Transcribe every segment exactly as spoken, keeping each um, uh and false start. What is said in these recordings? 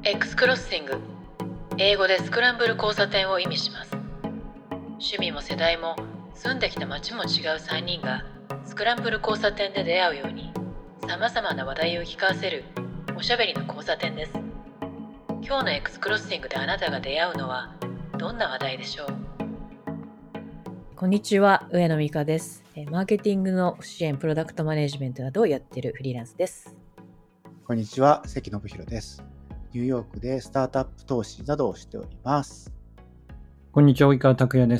X クロッシング、英語でスクランブル交差点を意味します。趣味も世代も住んできた街も違うさんにんがスクランブル交差点で出会うように、さまざまな話題を聞かせるおしゃべりの交差点です。今日の X クロッシングであなたが出会うのはどんな話題でしょう。こんにちは、上野美香です。マーケティングの支援、プロダクトマネジメントなどをやっているフリーランスです。 こんにちは、関信弘です。ニューヨークでスタートアップ投資などをしております。 こんにちは、及川拓也です。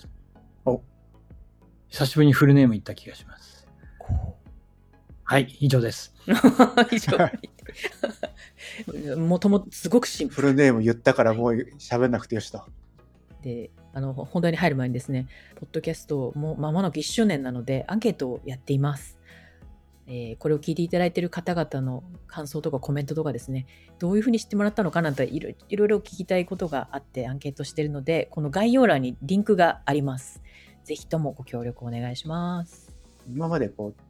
お、久しぶりにフルネーム言った気がします。はい、以上です。 以上。もともとすごくシンプル。 フルネーム言ったからもう喋んなくてよしと。 で、あの本題に入る前にですね、ポッドキャストも間もなくいっしゅうねんなのでアンケートをやっています。えー、これを聞いていただいている方々の感想とかコメントとかですね、どういうふうに知ってもらったのかなんていろいろいろ聞きたいことがあってアンケートしているので、この概要欄にリンクがあります。ぜひともご協力お願いします。 今までこう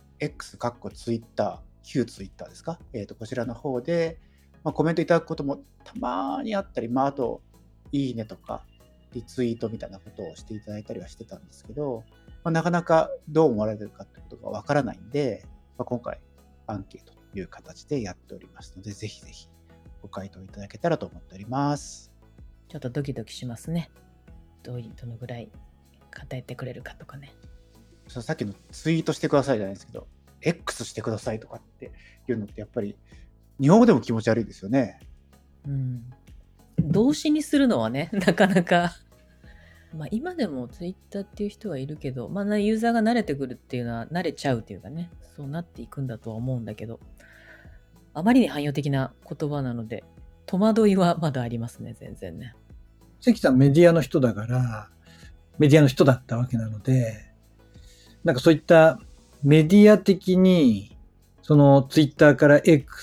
X かっこ Twitter、旧 Twitter ですか、えーと、こちらの方で、まあ、コメントいただくこともたまにあったり、まあ、あといいねとかリツイートみたいなことをしていただいたりはしてたんですけど、まあ、なかなかどう思われてるかってことがわからないんで、まあ、今回アンケートという形でやっておりますので、ぜひぜひご回答いただけたらと思っております。 ちょっとドキドキしますね。どういうどのぐらい答えてくれるかとかね。 さっきのツイートしてくださいじゃないですけど、X してくださいとかっていうのってやっぱり日本語でも気持ち悪いですよね。 うん。動詞にするのはね、なかなか。まあ今でもツイッターっていう人はいるけど、まあユーザーが慣れてくるっていうのは慣れちゃうっていうかね、そうなっていくんだとは思うんだけど、あまりに汎用的な言葉なので、戸惑いはまだありますね、全然ね。 関さんメディアの人だから、メディアの人だったわけなので、なんかそういったメディア的に、そのツイッターから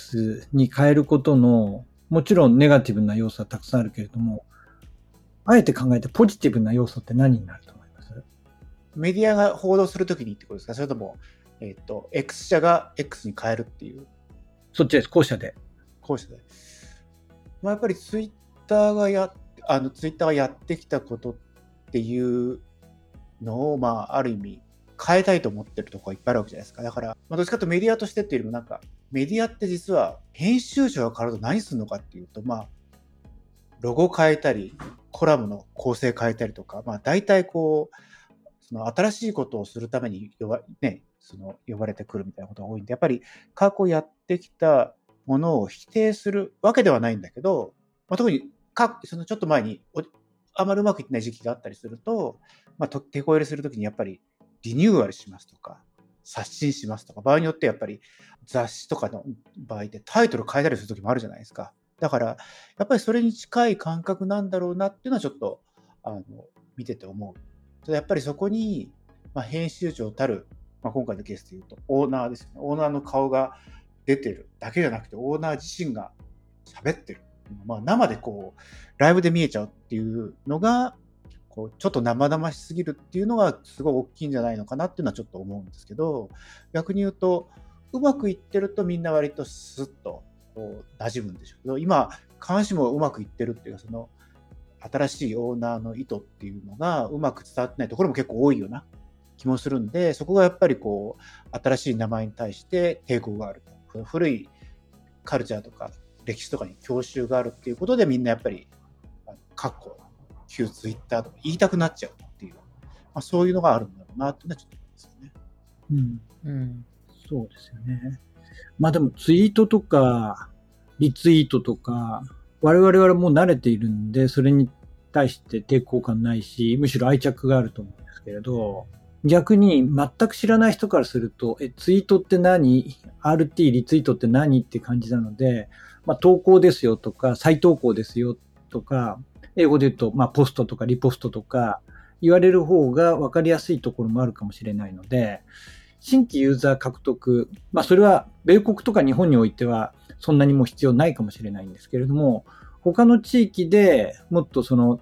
X に変えることの、もちろんネガティブな要素はたくさんあるけれども、あえて考えてポジティブな要素って何になると思います？ メディアが報道するときにってことですか？それとも、えっと、X 社が X に変えるっていう。 そっちです、後者で。 後者で。まあ、やっぱりツイッターがや、あの、ツイッターがやってきたことっていうのを、まあ、ある意味、変えたいと思ってるところがいっぱいあるわけじゃないですか。だから、まあ、どっちかというとメディアとしてっていうよりも、なんか、メディアって実は、編集長が変わると何するのかっていうと、まあ、ロゴ変えたり、コラムの構成変えたりとか、まあ大体こう、その新しいことをするために呼ば、ね、その呼ばれてくるみたいなことが多いんで、やっぱり過去やってきたものを否定するわけではないんだけど、まあ、特にかそのちょっと前にあまりうまくいってない時期があったりすると、まあ、手こ入れするときにやっぱりリニューアルしますとか、刷新しますとか、場合によってやっぱり雑誌とかの場合でタイトル変えたりするときもあるじゃないですか。だから、やっぱりそれに近い感覚なんだろうなっていうのはちょっと、あの、見てて思う。やっぱりそこに、まあ、編集長たる、まあ、今回のケースで言うと、オーナーですよね。オーナーの顔が出てるだけじゃなくて、オーナー自身が喋ってる。まあ、生でこう、ライブで見えちゃうっていうのが、こう、ちょっと生々しすぎるっていうのがすごい大きいんじゃないのかなっていうのはちょっと思うんですけど、逆に言うと、うまくいってるとみんな割とスッと、こう馴染むんでしょうけど、今必ずしもうまくいってるっていうか、その新しいオーナーの意図っていうのがうまく伝わってないところも結構多いような気もするんで、そこがやっぱりこう新しい名前に対して抵抗があると、古いカルチャーとか歴史とかに郷愁があるっていうことで、みんなやっぱりかっこ旧ツイッターとか言いたくなっちゃうっていう、まあ、そういうのがあるんだろうなっていうのはちょっと思いますよね。 うん、うん、そうですよね。まあでもツイートとかリツイートとか我々はもう慣れているんで、それに対して抵抗感ないし、むしろ愛着があると思うんですけれど、逆に全く知らない人からすると、え、ツイートって何？ アールティー リツイートって何って感じなので、まあ投稿ですよとか再投稿ですよとか、英語で言うとまあポストとかリポストとか言われる方が分かりやすいところもあるかもしれないので、新規ユーザー獲得、まあそれは米国とか日本においてはそんなにも必要ないかもしれないんですけれども、他の地域でもっとその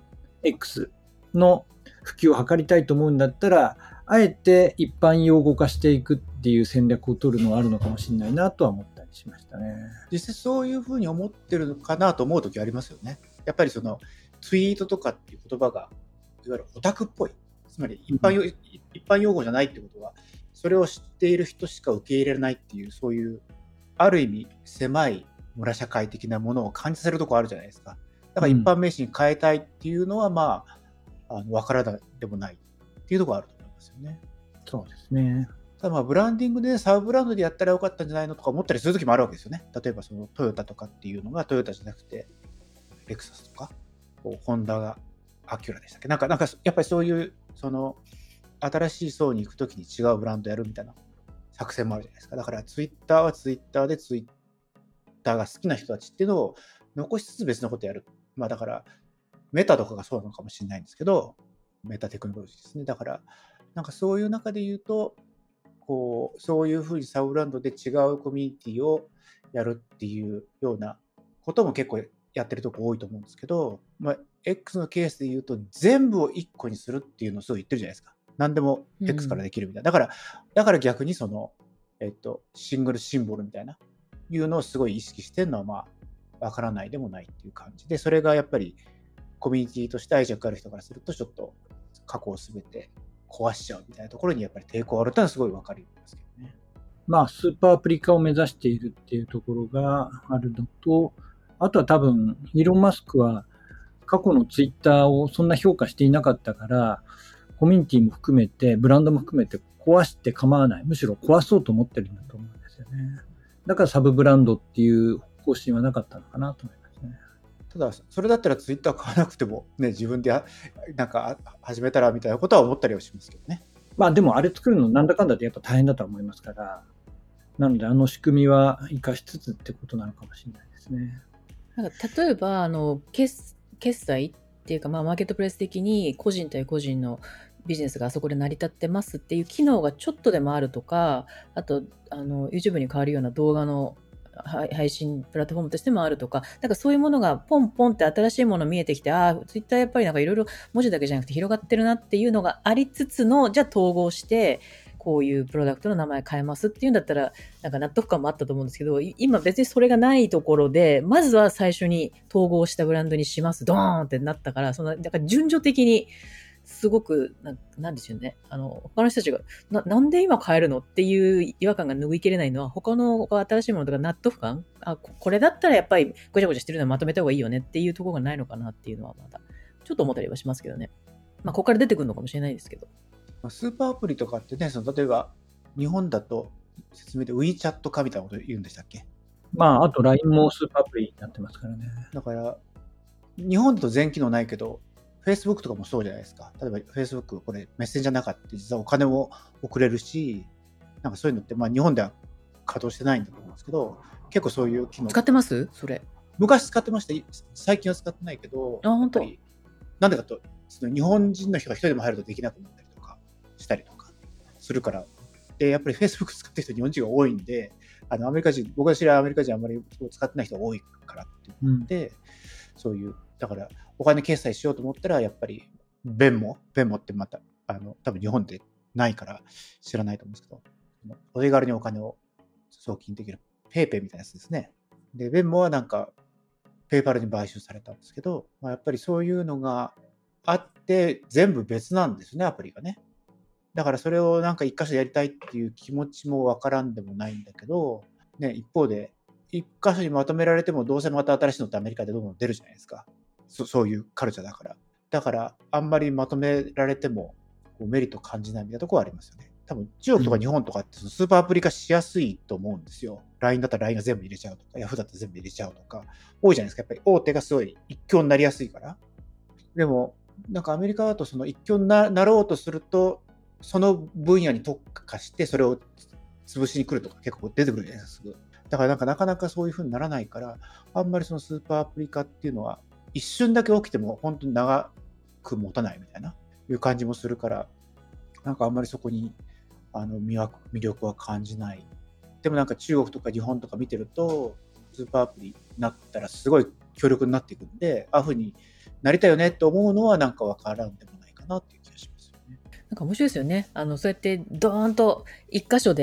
X の普及を図りたいと思うんだったら、あえて一般用語化していくっていう戦略を取るのはあるのかもしれないなとは思ったりしましたね。 実際そういうふうに思ってるのかなと思うときありますよね。やっぱりそのツイートとかっていう言葉がいわゆるオタクっぽい、つまり一般用、うん、一般用語じゃないってことは、それを知っている人しか受け入れられないっていう、そういうある意味狭い村社会的なものを感じさせるところあるじゃないですか。だから一般名詞に変えたいっていうのは、まあ、あの分からないでもないっていうところあると思いますよね。 そうですね。 ただまあブランディングでサブブランドでやったらよかったんじゃないのとか思ったりするときもあるわけですよね。例えばそのトヨタとかっていうのがトヨタじゃなくてレクサスとか、ホンダがアキュラでしたっけ、なんかなんかやっぱりそういうその新しい層に行くときに違うブランドやるみたいな作戦もあるじゃないですか。だからツイッターはツイッターでツイッターが好きな人たちっていうのを残しつつ別のことやる。まあだからメタとかがそうなのかもしれないんですけど、メタテクノロジーですね。だからなんかそういう中で言うと、こうそういうふうにサブブランドで違うコミュニティをやるっていうようなことも結構やってるとこ多いと思うんですけど、まあ、X のケースで言うと全部をいっこにするっていうのをすごい言ってるじゃないですか。何でも X からできるみたいな。うん、だから、だから逆にその、えっと、シングルシンボルみたいな、いうのをすごい意識してるのは、まあ、わからないでもないっていう感じで、それがやっぱりコミュニティとして愛着ある人からすると、ちょっと過去をすべて壊しちゃうみたいなところにやっぱり抵抗あるってのはすごいわかりますけどね。 まあ、スーパーアプリ化を目指しているっていうところがあるのと、あとは多分、イーロン・マスクは過去のツイッターをそんな評価していなかったから、コミュニティも含めて、ブランドも含めて壊して構わない。むしろ壊そうと思ってるんだと思うんですよね。だからサブブランドっていう方針はなかったのかなと思いますね。 ただ、それだったらツイッター買わなくても、ね、自分でなんか始めたらみたいなことは思ったりはしますけどね。 まあでもあれ作るのなんだかんだでやっぱ大変だと思いますから、なのであの仕組みは活かしつつってことなのかもしれないですね。 なんか例えばあの 決, 決済っていうか、まあ、マーケットプレイス的に個人対個人のビジネスがあそこで成り立ってますっていう機能がちょっとでもあるとか、あとあの YouTube に変わるような動画の配信プラットフォームとしてもあるとか、なんかそういうものがポンポンって新しいもの見えてきて、ああ、ツイッターやっぱりなんかいろいろ文字だけじゃなくて広がってるなっていうのがありつつの、じゃあ統合してこういうプロダクトの名前変えますっていうんだったら、なんか納得感もあったと思うんですけど、今別にそれがないところで、まずは最初に統合したブランドにします、ドーンってなったから、そのだから順序的にすごく な, なんですよね。あの他の人たちが な, なんで今変えるのっていう違和感が拭いきれないのは、他の新しいものとか納得感、あこれだったらやっぱりごちゃごちゃしてるのはまとめた方がいいよねっていうところがないのかなっていうのはまだちょっと思ったりはしますけどね。まあここから出てくるのかもしれないですけど。 スーパーアプリとかってね、その例えば日本だと説明で WeChat 化みたいなこと言うんでしたっけ？ まああと ライン もスーパーアプリになってますからね。 だから日本だと全機能ないけど、Facebook とかもそうじゃないですか。例えば Facebook これメッセンジャーの中って実はお金を送れるし、なんかそういうのってまあ日本では稼働してないんだと思うんですけど、結構そういう機能使ってます？それ昔使ってました。最近は使ってないけど、 あ本当なんでかとその日本人の人が一人でも入るとできなくなったりとかしたりとかするから、でやっぱり Facebook 使ってる人日本人が多いんで、あのアメリカ人、僕が知るアメリカ人あんまり使ってない人が多いからって言って、うん、そういうだからお金決済しようと思ったらやっぱりベンモベンモってまたあの多分日本でないから知らないと思うんですけど、お手軽にお金を送金できるペイペイみたいなやつですね。でベンモはなんかペイパルに買収されたんですけど、まあ、やっぱりそういうのがあって全部別なんですね、アプリがね。だからそれをなんか一箇所やりたいっていう気持ちもわからんでもないんだけど、ね、一方で一箇所にまとめられてもどうせまた新しいのってアメリカでどんどん出るじゃないですか。そ, そういうカルチャーだから。だからあんまりまとめられてもこうメリット感じないみたいなところはありますよね。多分中国とか日本とかってそのスーパーアプリ化しやすいと思うんですよ。ライン だったら ライン が全部入れちゃうとか、Yahoo だったら全部入れちゃうとか、多いじゃないですか。やっぱり大手がすごい一強になりやすいから。でも、なんかアメリカだとその一強に な, なろうとすると、その分野に特化してそれを潰しに来るとか結構出てくるじゃないですか。だからなんかなかなかそういう風にならないから、あんまりそのスーパーアプリ化っていうのは一瞬だけ起きても本当に長く持たないみたいないう感じもするから、なんかあんまりそこにあの魅力は感じない。でもなんか中国とか日本とか見てると、スーパーアプリになったらすごい強力になっていくんで、ああいう風になりたいよねって思うのはなんかわからんでもないかなっていう気がしますよね。 なんか面白いですよね。あのそうやってドーンと一箇所で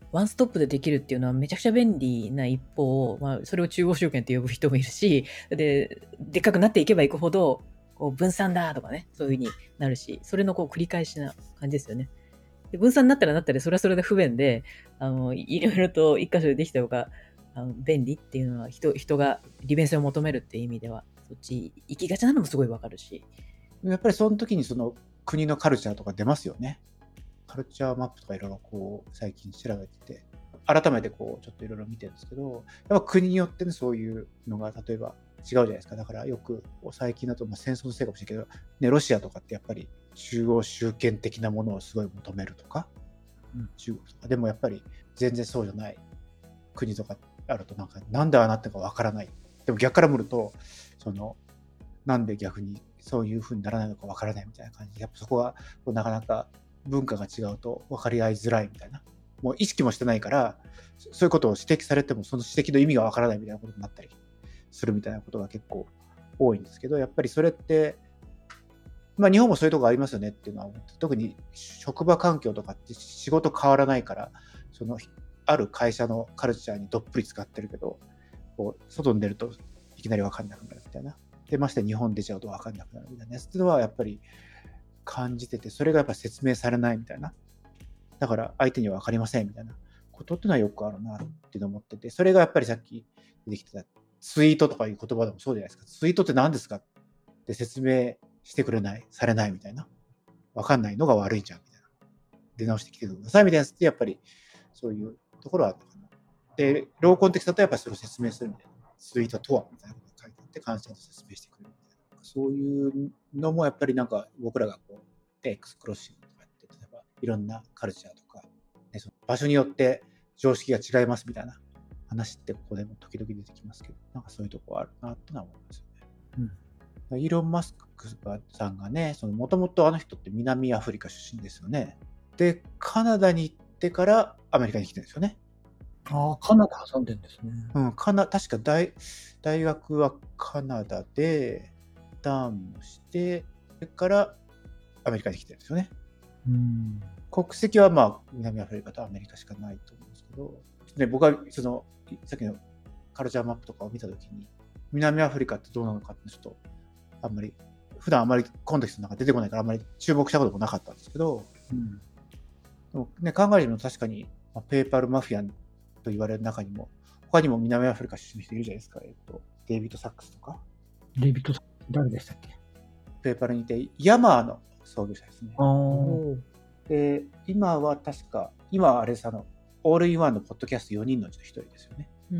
ワンストップでできるっていうのはめちゃくちゃ便利な一方、まあ、それを中央集権って呼ぶ人もいるし、で、でっかくなっていけばいくほど、こう分散だとかね、そういう風になるし、それのこう繰り返しな感じですよね。で分散になったらなったら、それはそれで不便で、あの、いろいろと一箇所でできた方があの便利っていうのは人、人が利便性を求めるっていう意味では、そっち行きがちなのもすごいわかるし。 やっぱりその時にその国のカルチャーとか出ますよね。カルチャーマップとかいろいろこう最近調べてて、改めてこうちょっといろいろ見てるんですけど、やっぱ国によってね、そういうのが例えば違うじゃないですか。だからよく最近だとまあ戦争のせいかもしれないけど、ね、ロシアとかってやっぱり中央集権的なものをすごい求めるとか、うん、中国とかでもやっぱり全然そうじゃない国とかあると、なんかなんでああなったかわからない。でも逆から見ると、そのなんで逆にそういう風にならないのかわからないみたいな感じで、やっぱそこはこうなかなか文化が違うと分かり合いづらいみたいな、もう意識もしてないから、そういうことを指摘されてもその指摘の意味が分からないみたいなことになったりするみたいなことが結構多いんですけど、やっぱりそれって、まあ日本もそういうとこありますよねっていうのは、特に職場環境とかって仕事変わらないから、そのある会社のカルチャーにどっぷり使ってるけど、こう外に出るといきなり分かんなくなるみたいな。で、まして日本出ちゃうと分かんなくなるみたいなやつっていうのはやっぱり感じてて、それがやっぱ説明されないみたいな。だから相手には分かりませんみたいなことっていうのはよくあるなっていうのを思ってて、それがやっぱりさっき出てきてたツイートとかいう言葉でもそうじゃないですか。ツイートって何ですかって説明してくれない、されないみたいな。分かんないのが悪いじゃんみたいな。出直してきてくださいみたいなやつってやっぱりそういうところはあるのかな。で、ローコンテキストだとやっぱりそれを説明するみたいな。ツイートとはみたいなことが書いてあって、関心と説明してくれるみたいな。そういうのもやっぱりなんか僕らがこう、エクスクロッシングとかって、例えばいろんなカルチャーとか、ね、その場所によって常識が違いますみたいな話ってここでも時々出てきますけど、なんかそういうとこあるなってのは思いますよね。うん、イーロン・マスクさんがね、もともとあの人って南アフリカ出身ですよね。で、カナダに行ってからアメリカに来てるんですよね。 ああ、カナダ挟んでるんですね。 うん、カナ確か 大, 大学はカナダでターンをして、それからアメリカに来てるんですよね。 うん、 国籍はまあ南アフリカとアメリカしかないと思うんですけど、ね、僕はそのさっきのカルチャーマップとかを見たときに、南アフリカってどうなのかってちょっとあんまり普段あんまりコンテキストの中出てこないからあんまり注目したこともなかったんですけど、うん、でもね、考えるの確かに、まあ、ペーパルマフィアと言われる中にも他にも南アフリカ出身の人いるじゃないですか。えっとデイビッド・サックスとか。 デイビッド・サックス誰でしたっけ？ ペーパルにいてヤマーの創業者ですね。 あで今は確か今はあれさのオールインワンのポッドキャストよにんのうちのひとりですよね。 うん。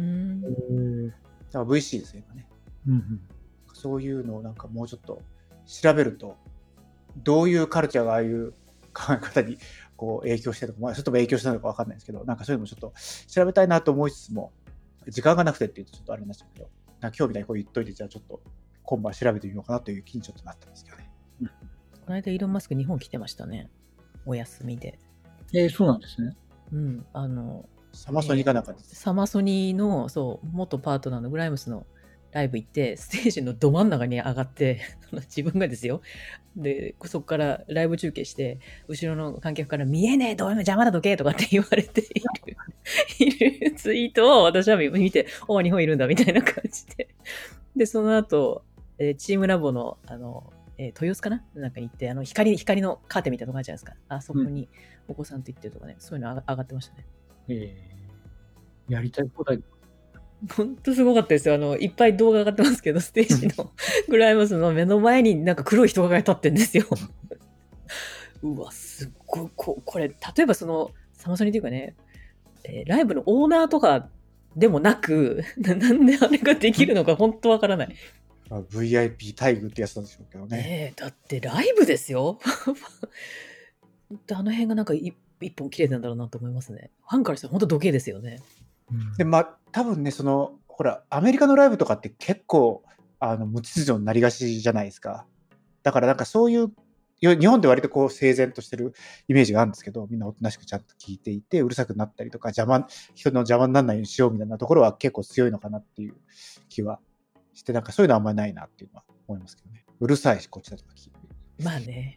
だから ブイシー ですよ今ね。 うんうん、 そういうのをなんかもうちょっと調べると、どういうカルチャーがああいう考え方にこう影響してるのか、まあ、ちょっと影響したのか分かんないですけど、なんかそういうのもちょっと調べたいなと思いつつも、時間がなくてって言うとちょっとあれになっちゃうけど、なんか興味ないこと言っといて、じゃあちょっと今晩調べてみようかなという気にちょっとなったんですけどね。 うん、この間イーロン・マスク日本来てましたね。お休みで。 えー、そうなんですね。 うん、あの、 サマソニーかなんかです、 えー、サマソニーの、そう、元パートナーのグライムスのライブ行って、ステージのど真ん中に上がって、自分がですよ。で、そこからライブ中継して、後ろの観客から見えねえ、どう邪魔だどけとかって言われている、いるツイートを私は見て、お、日本いるんだみたいな感じで。で、その後、えー、チームラボの、あの、えー、豊洲かななんかに行って、あの、光、光のカーテンみたいなとこあるじゃないですか。あそこにお子さんと行ってるとかね、うん、そういうの上がってましたね。 えー、やりたい放題。 ほんとすごかったですよ。あの、いっぱい動画上がってますけど、ステージのグライムスの目の前になんか黒い人が立ってんですよ。うわ、すっごい、こ, これ、例えばその、サマソニというかね、えー、ライブのオーナーとかでもなく、なんであれができるのか本当わからない。 ブイアイピー 待遇ってやつなんでしょうけどね。 えー、だってライブですよ。あの辺がなんか一本切れてたんだろうなと思いますね。ファンからしたら本当時計ですよね。 で、まあ、多分ね、その、ほら、アメリカのライブとかって結構、あの、無秩序になりがちじゃないですか。だからなんかそういう、日本で割とこう整然としてるイメージがあるんですけど、みんなおとなしくちゃんと聞いていて、うるさくなったりとか、邪魔、人の邪魔にならないようにしようみたいなところは結構強いのかなっていう気はして、なんかそういうのはあんまりないなっていうのは思いますけどね。うるさいし、こっちだとか聞いて。 まあね。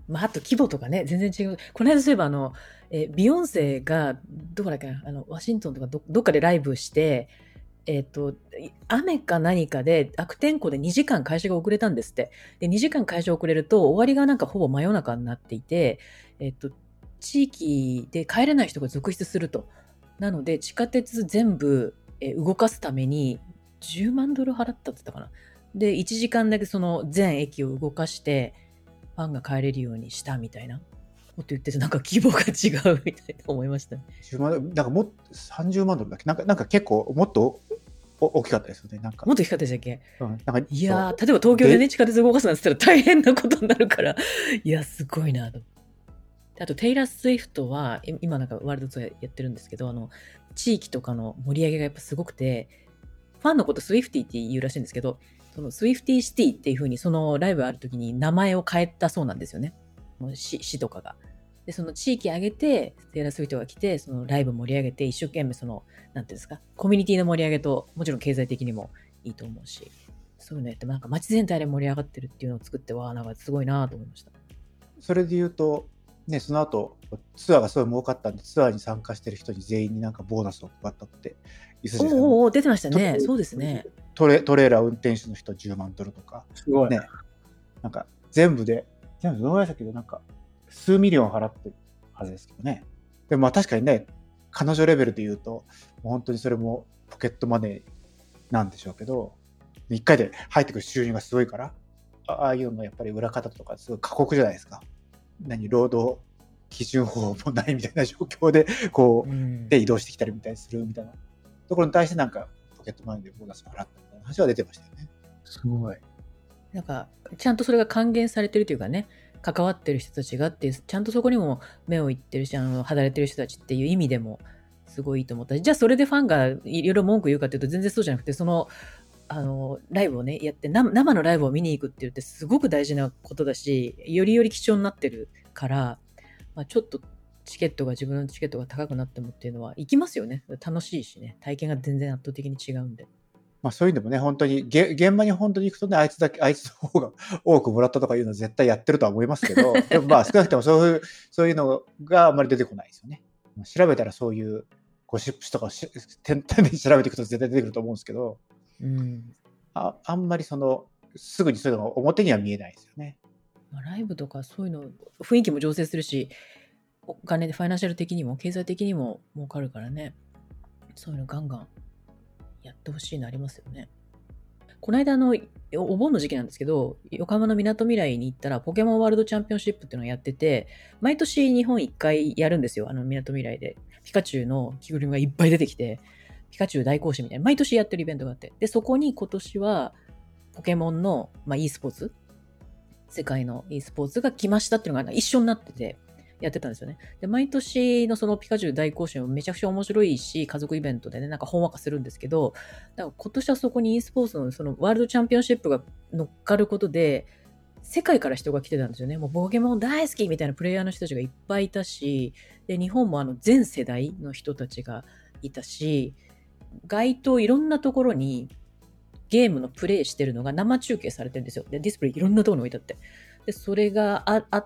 まあ、あと規模とかね、全然違う。この間そういえば、あの、えビヨンセが、どこだっけな、あの、ワシントンとか ど, どっかでライブして、えっ、ー、と、雨か何かで悪天候でにじかん開始が遅れたんですって。で、にじかん開始遅れると、終わりがなんかほぼ真夜中になっていて、えっ、ー、と、地域で帰れない人が続出すると。なので、地下鉄全部、えー、動かすために、じゅうまんドル払ったって言ったかな。で、いちじかんだけその全駅を動かして、ファンが帰れるようにしたみたいなこと言ってて、なんか規模が違うみたいな思いましたね。 じゅうまん、なんかもさんじゅうまんドルだっけ、なんかなんか結構もっと大きかったですよね。なんかもっと大きかったでしたっけ、 うん、なんかいやー、例えば東京でね、地下鉄動かすなんて言ったら大変なことになるから、いや、すごいなと。あと、テイラー・スウィフトは、今なんかワールドツアーやってるんですけど、あの、地域とかの盛り上げがやっぱすごくて、ファンのことスウィフティって言うらしいんですけど、そのスウィフティシティっていう風にそのライブある時に名前を変えたそうなんですよね。市, 市とかが。で、その地域挙げて、テイラー・スウィフトが来て、そのライブ盛り上げて、一生懸命その、なんていうんですか、コミュニティの盛り上げと、もちろん経済的にもいいと思うし、そういうのやって、なんか街全体で盛り上がってるっていうのを作っては、なんかすごいなと思いました。 それで言うと、ね、その後、ツアーがすごい儲かったんで、ツアーに参加してる人に全員になんかボーナスを配ったって言ってたじゃないですか。 おーおー、出てましたね。そうですね。 トレ、トレーラー運転手の人じゅうまんドルとか。 すごい。 ね。なんか全部で、全部どのぐらいだけど、なんか数ミリオン払ってるはずですけどね。でもまあ確かにね、彼女レベルで言うと、もう本当にそれもポケットマネーなんでしょうけど、いっかいで入ってくる収入がすごいから、ああいうのやっぱり裏方とかすごい過酷じゃないですか。何、労働基準法もないみたいな状況で、こう、うん、で移動してきたりみたいにするみたいなところに対してなんか、ポケットマネーでボーナスを払ったみたいな話は出てましたよね。 すごい。 なんか、ちゃんとそれが還元されてるというかね、関わってる人たちがっていう、ちゃんとそこにも目をいってるし、あの、働いてる人たちっていう意味でも、すごいいいと思ったし、じゃあそれでファンがいろいろ文句言うかっていうと全然そうじゃなくて、その、あの、ライブをね、やって、生のライブを見に行くって言ってすごく大事なことだし、よりより貴重になってるから、まあ、ちょっとチケットが、自分のチケットが高くなってもっていうのは、行きますよね。楽しいしね。体験が全然圧倒的に違うんで。 まあそういうのもね、本当に、現場に本当に行くとね、あいつだけ、あいつの方が多くもらったとかいうのは絶対やってるとは思いますけど、でもまあ少なくともそういう、そういうのがあんまり出てこないですよね。調べたらそういうゴシップ誌とか点々に調べていくと絶対出てくると思うんですけど、 うん、 あ, あんまりその、すぐにそういうのが表には見えないですよね。 まあ、ライブとかそういうの、雰囲気も醸成するし、お金でファイナンシャル的にも経済的にも儲かるからね、そういうのガンガンやってほしいのありますよね。この間のお盆の時期なんですけど、横浜のみなとみらいに行ったらポケモンワールドチャンピオンシップっていうのをやってて、毎年日本いっかいやるんですよ。あのみなとみらいでピカチュウの着ぐるみがいっぱい出てきて、ピカチュウ大行進みたいな毎年やってるイベントがあって、でそこに今年はポケモンの、まあ、e スポーツ、世界の e スポーツが来ましたっていうのが一緒になっててやってたんですよね。で、毎年のそのピカチュウ大行進もめちゃくちゃ面白いし、家族イベントでね、なんかほんわかするんですけど、だから今年はそこに e スポーツのそのワールドチャンピオンシップが乗っかることで、世界から人が来てたんですよね。もうポケモン大好きみたいなプレイヤーの人たちがいっぱいいたし、で、日本もあの全世代の人たちがいたし、街頭いろんなところにゲームのプレイしてるのが生中継されてるんですよ。で、ディスプレイいろんなところに置いてあって。で、それが あ, あって、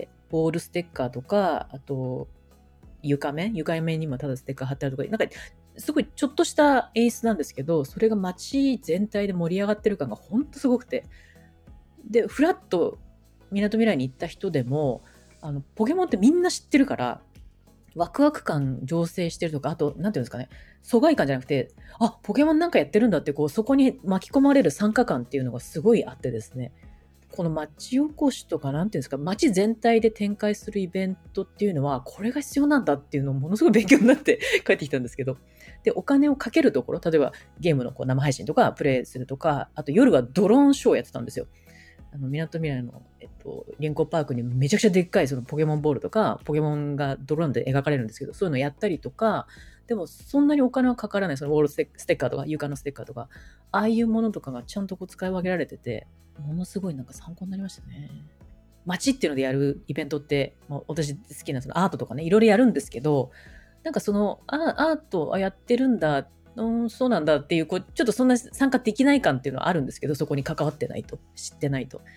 ボールステッカーとか、あと、床面床面にもただステッカー貼ってあるとか、なんか、すごいちょっとした演出なんですけど、それが街全体で盛り上がってる感がほんとすごくて。で、フラッとみなとみらいに行った人でも、あの、ポケモンってみんな知ってるから、ワクワク感醸成してるとか、あと、なんていうんですかね、疎外感じゃなくて、あ、ポケモンなんかやってるんだって、こう、そこに巻き込まれる参加感っていうのがすごいあってですね、この町おこしとか、なんていうんですか、町全体で展開するイベントっていうのは、これが必要なんだっていうのをものすごい勉強になって帰ってきたんですけど、で、お金をかけるところ、例えばゲームのこう生配信とか、プレイするとか、あと夜はドローンショーをやってたんですよ。あの、みなとみらいの、えっと、リンコパークにめちゃくちゃでっかいそのポケモンボールとか、ポケモンがドローンで描かれるんですけど、そういうのやったりとか、でもそんなにお金はかからない、そのウォールステッカーとか、床のステッカーとか、ああいうものとかがちゃんとこう使い分けられてて、ものすごいなんか参考になりましたね。街っていうのでやるイベントって、もう私好きなそのアートとかね、いろいろやるんですけど、なんかそのアートやってるんだ、うん、そうなんだっていう、こうちょっとそんな参加できない感っていうのはあるんですけど、そこに関わってないと、知ってないと。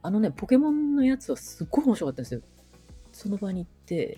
あのね、ポケモンのやつはすっごい面白かったんですよ。その場に行って、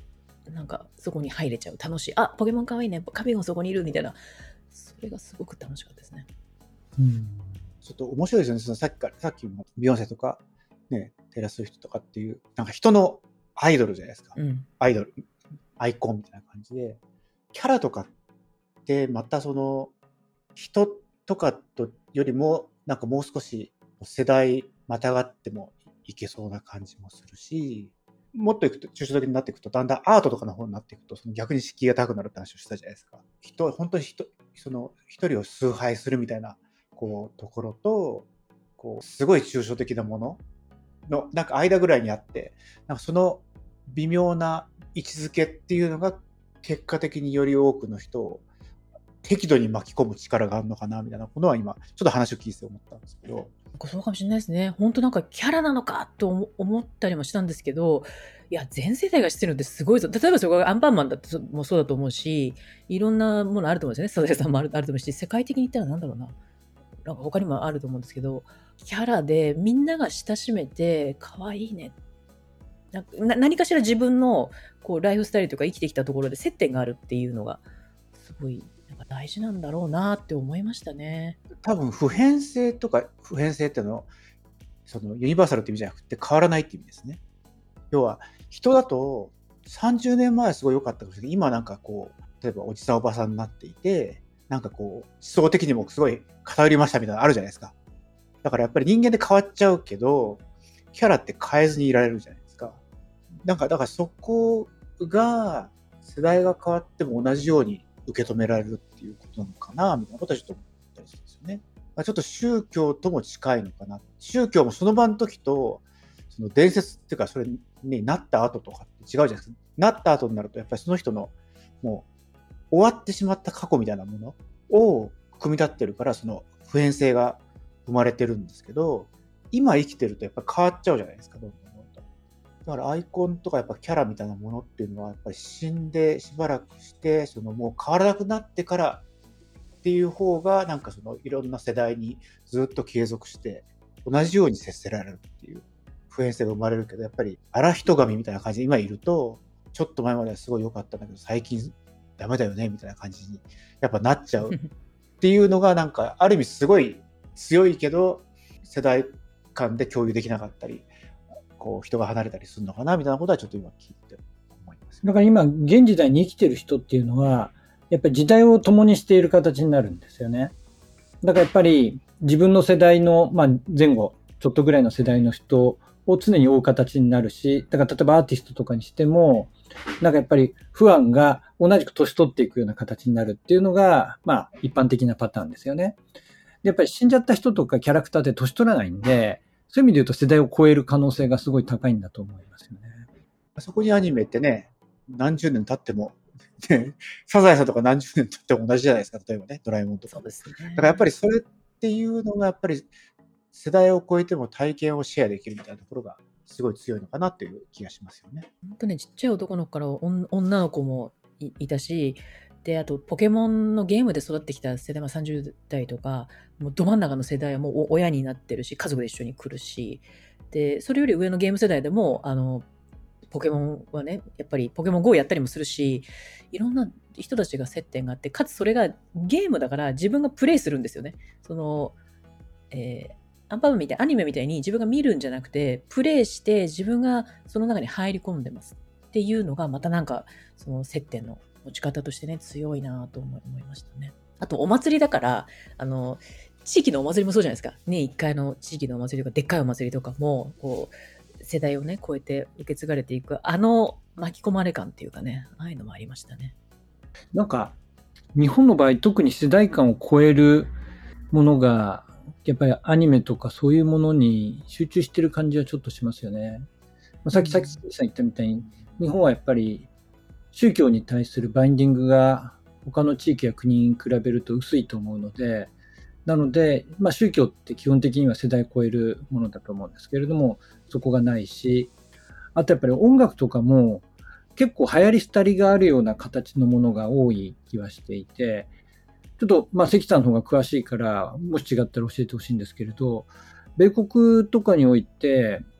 なんかそこに入れちゃう。楽しい。あ、ポケモンかわいいね。カビゴンそこにいるみたいな。それがすごく楽しかったですね。 うん、 ちょっと面白いですよね。そのさっきから、さっきもビヨンセとか、ね、テイラー・スウィフトとかっていう、なんか人のアイドルじゃないですか。 うん、 アイドル、アイコンみたいな感じで、キャラとかってまたその人とかとよりもなんかもう少し世代またがってもいけそうな感じもするし、もっといくと抽象的になっていくとだんだんアートとかの方になっていくとその逆に敷居が高くなるって話をしたじゃないですか。人本当に人その一人を崇拝するみたいなこうところとこうすごい抽象的なもののなんか間ぐらいにあって、なんかその微妙な位置づけっていうのが結果的により多くの人を適度に巻き込む力があるのかなみたいなことは今ちょっと話を聞いて思ったんですけど。 そうかもしれないですね。本当なんかキャラなのかと思ったりもしたんですけど、いや全世代が知ってるのってすごいぞ。例えばそこがアンパンマンだってもそうだと思うし、いろんなものあると思うんですよね。サザエさんもあるあると思うし、世界的に言ったらなんだろうな。なんか他にもあると思うんですけど、キャラでみんなが親しめて可愛いね。なな何かしら自分のこうライフスタイルとか生きてきたところで接点があるっていうのがすごいなんか大事なんだろうなって思いましたね。 多分普遍性とか普遍性っていうのはそのユニバーサルって意味じゃなくて変わらないって意味ですね。要は人だとさんじゅうねんまえはすごい良かったかもしれないけど、今なんかこう例えばおじさんおばさんになっていて、なんかこう思想的にもすごい偏りましたみたいなのあるじゃないですか。だからやっぱり人間で変わっちゃうけどキャラって変えずにいられるじゃないですか。なんかだからそこが世代が変わっても同じように受け止められるっていうことなのかなみたいなことはちょっと思ったりするんですよね。ちょっと宗教とも近いのかな。宗教もその場の時とその伝説っていうかそれになった後とかって違うじゃないですか。なった後になるとやっぱりその人のもう終わってしまった過去みたいなものを組み立ってるからその普遍性が生まれてるんですけど、今生きてるとやっぱ変わっちゃうじゃないですか、どんどんどんどん。だからアイコンとかやっぱキャラみたいなものっていうのはやっぱり死んでしばらくしてそのもう変わらなくなってからっていう方がなんかそのいろんな世代にずっと継続して同じように接せられるっていう普遍性が生まれるけど、やっぱり荒人神みたいな感じで今いるとちょっと前まではすごい良かったんだけど最近ダメだよねみたいな感じにやっぱなっちゃうっていうのがなんかある意味すごい強いけど世代間で共有できなかったりこう人が離れたりするのかなみたいなことはちょっと今聞いて思います。 だから今現時代に生きてる人っていうのはやっぱり時代を共にしている形になるんですよね。だからやっぱり自分の世代の、まあ、前後ちょっとぐらいの世代の人を常に追う形になるし、だから例えばアーティストとかにしてもなんかやっぱり不安が同じく年取っていくような形になるっていうのがまあ一般的なパターンですよね。でやっぱり死んじゃった人とかキャラクターって年取らないんで、そういう意味で言うと世代を超える可能性がすごい高いんだと思いますよね。 そこにアニメってね、何十年経っても、ね、サザエさんとか何十年経っても同じじゃないですか、例えばね、ドラえもんとか。 そうですね。 だからやっぱりそれっていうのがやっぱり世代を超えても体験をシェアできるみたいなところがすごい強いのかなっていう気がしますよね。 本当ね、ちっちゃい男の子から女の子も い, いたし、で、あとポケモンのゲームで育ってきた世代はさんじゅう代とか、もうど真ん中の世代はもう親になってるし、家族で一緒に来るし、で、それより上のゲーム世代でも、あの、ポケモンはね、やっぱりポケモン ゴー やったりもするし、いろんな人たちが接点があって、かつそれがゲームだから自分がプレイするんですよね。その、えー、アンパンマンみたいアニメみたいに自分が見るんじゃなくて、プレイして自分がその中に入り込んでますっていうのが、またなんか、その接点の持ち方としてね、強いなと思いましたね。あと、お祭りだから、あの、地域のお祭りもそうじゃないですか。年一回の地域のお祭りとか、でっかいお祭りとかも、こう、世代をね、超えて受け継がれていく、あの巻き込まれ感っていうかね、ああいうのもありましたね。 なんか、日本の場合、特に世代間を超えるものが、やっぱりアニメとかそういうものに集中してる感じはちょっとしますよね。まあ、さっきさっきさん言ったみたいに、日本はやっぱり宗教に対するバインディングが他の地域や国に比べると薄いと思うので、なので、まあ、宗教って基本的には世代を超えるものだと思うんですけれども、そこがないし、あとやっぱり音楽とかも結構流行り廃りがあるような形のものが多い気はしていて、ちょっとまあ関さんの方が詳しいから、もし違ったら教えてほしいんですけれど、米国とかにおいて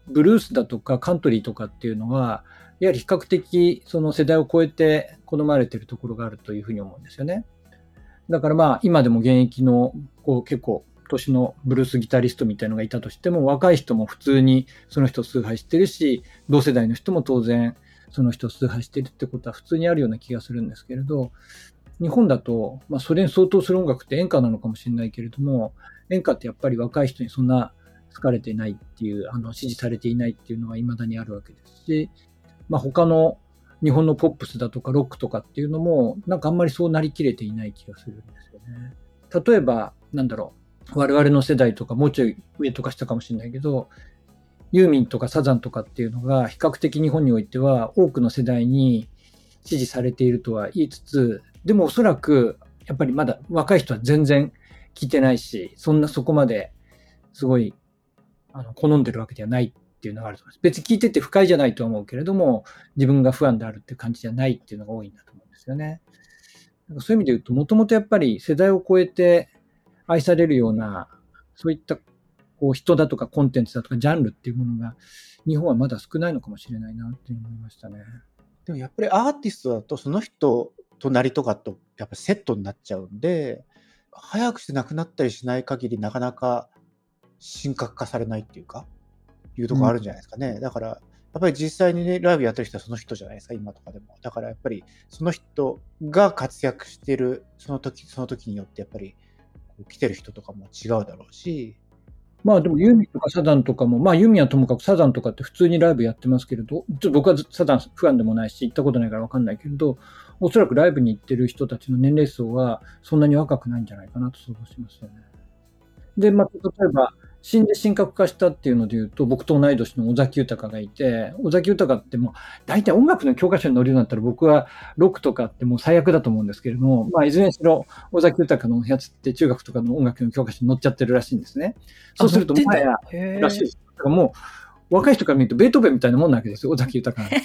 ブルースだとかカントリーとかっていうのは、やはり比較的その世代を超えて好まれているところがあるというふうに思うんですよね。だからまあ今でも現役のこう結構年のブルースギタリストみたいなのがいたとしても、若い人も普通にその人を崇拝してるし、同世代の人も当然その人を崇拝してるってことは普通にあるような気がするんですけれど、日本だと、まあ、それに相当する音楽って演歌なのかもしれないけれども、演歌ってやっぱり若い人にそんな好かれていないっていう、あの支持されていないっていうのは未だにあるわけですし、まあ、他の日本のポップスだとかロックとかっていうのも、なんかあんまりそうなりきれていない気がするんですよね。例えば、なんだろう、我々の世代とかもうちょい上とか下かもしれないけど、ユーミンとかサザンとかっていうのが比較的日本においては多くの世代に支持されているとは言いつつ、でもおそらくやっぱりまだ若い人は全然聞いてないし、そんなそこまですごいあの好んでるわけではないっていうのがあると思います。別に聞いてて不快じゃないとは思うけれども、自分が不安であるっていう感じじゃないっていうのが多いんだと思うんですよね。そういう意味で言うと、もともとやっぱり世代を超えて愛されるような、そういったこう人だとかコンテンツだとかジャンルっていうものが日本はまだ少ないのかもしれないなって思いましたね。 でもやっぱりアーティストだとその人となりとかとやっぱセットになっちゃうんで、早くして亡くなったりしない限りなかなか神格化されないっていうかいうところあるんじゃないですかね。うん、だからやっぱり実際にねライブやってる人はその人じゃないですか、今とかでも。だからやっぱりその人が活躍してるその時その時によってやっぱり来てる人とかも違うだろうし。 まあでもユーミンとかサザンとかも、まあユーミンはともかくサザンとかって普通にライブやってますけれど、ちょっと僕はサザンファンでもないし行ったことないから分かんないけれど、おそらくライブに行ってる人たちの年齢層はそんなに若くないんじゃないかなと想像しますよね。で、まあ例えば死んで神格化したっていうので言うと、僕と同い年の尾崎豊がいて、尾崎豊ってもう大体音楽の教科書に載るようになったら僕はロックとかってもう最悪だと思うんですけれども、まあいずれにしろ尾崎豊のやつって中学とかの音楽の教科書に載っちゃってるらしいんですね。そうするともはやらしいです。だからもう若い人から見るとベートーベンみたいなもんなわけですよ、尾崎豊が。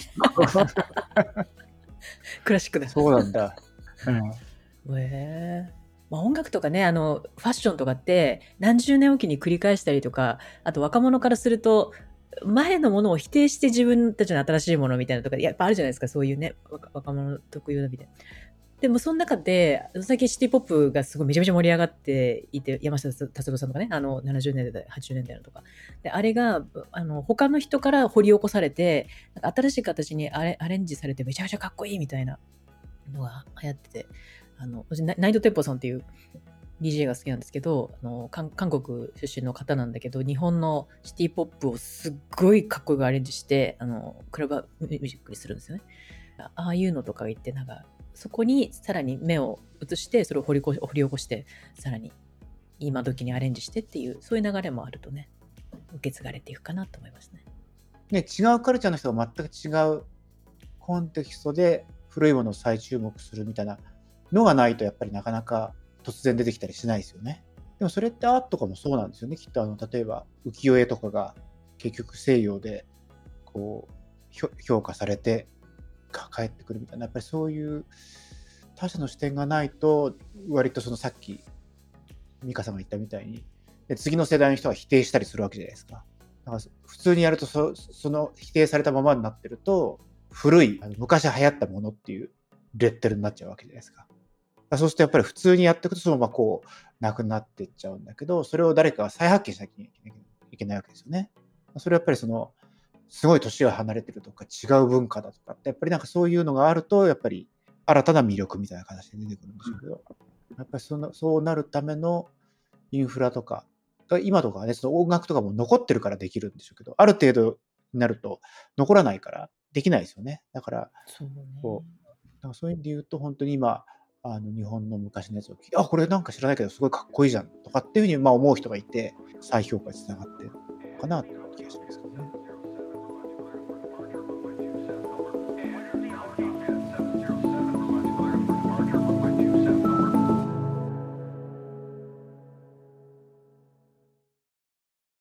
クラシックだ。 そうなんだ。 うん、へー。まあ、音楽とかね、あのファッションとかって何十年おきに繰り返したりとか、あと若者からすると前のものを否定して自分たちの新しいものみたいなとかやっぱあるじゃないですか、そういうね、若若者特有のみたいな。でもその中で最近シティポップがすごいめちゃめちゃ盛り上がっていて、山下達郎さんとかね、あのななじゅうねんだいはちじゅうねんだいのとかで、あれがあの他の人から掘り起こされて、なんか新しい形にアレアレンジされてめちゃめちゃかっこいいみたいなのが流行ってて、あのナイトテッポさんっていう ディージェー が好きなんですけど、あの韓国出身の方なんだけど、日本のシティポップをすっごいかっこよくアレンジしてあのクラブミュージックにするんですよね。ああいうのとか言って、なんかそこにさらに目を移してそれを掘りこ掘り起こしてさらに今時にアレンジしてっていう、そういう流れもあるとね、受け継がれていくかなと思いますね。 ね、違うカルチャーの人が全く違うコンテキストで古いものを再注目するみたいなのがないとやっぱりなかなか突然出てきたりしないですよね。でもそれってアートとかもそうなんですよね。きっとあの例えば浮世絵とかが結局西洋でこう評価されて帰ってくるみたいな、やっぱりそういう他者の視点がないと割とそのさっき美香さんが言ったみたいにで次の世代の人が否定したりするわけじゃないですか。だから普通にやると そ, その否定されたままになってると古いあの昔流行ったものっていうレッテルになっちゃうわけじゃないですか。そうするとやっぱり普通にやっていくとそのままこうなくなっていっちゃうんだけど、それを誰かが再発見しなきゃいけないわけですよね。それはやっぱりそのすごい年が離れてるとか違う文化だとかってやっぱりなんかそういうのがあるとやっぱり新たな魅力みたいな形で出てくるんでしょうけど、やっぱりそのそうなるためのインフラとか今とかはね、その音楽とかも残ってるからできるんでしょうけど、ある程度になると残らないからできないですよね。だからそうね、 こうだからそういう意味で言うと本当に今あの日本の昔のやつを聞いて、あ、これなんか知らないけどすごいかっこいいじゃんとかっていうふうにまあ思う人がいて再評価につながってるのかなって気がします。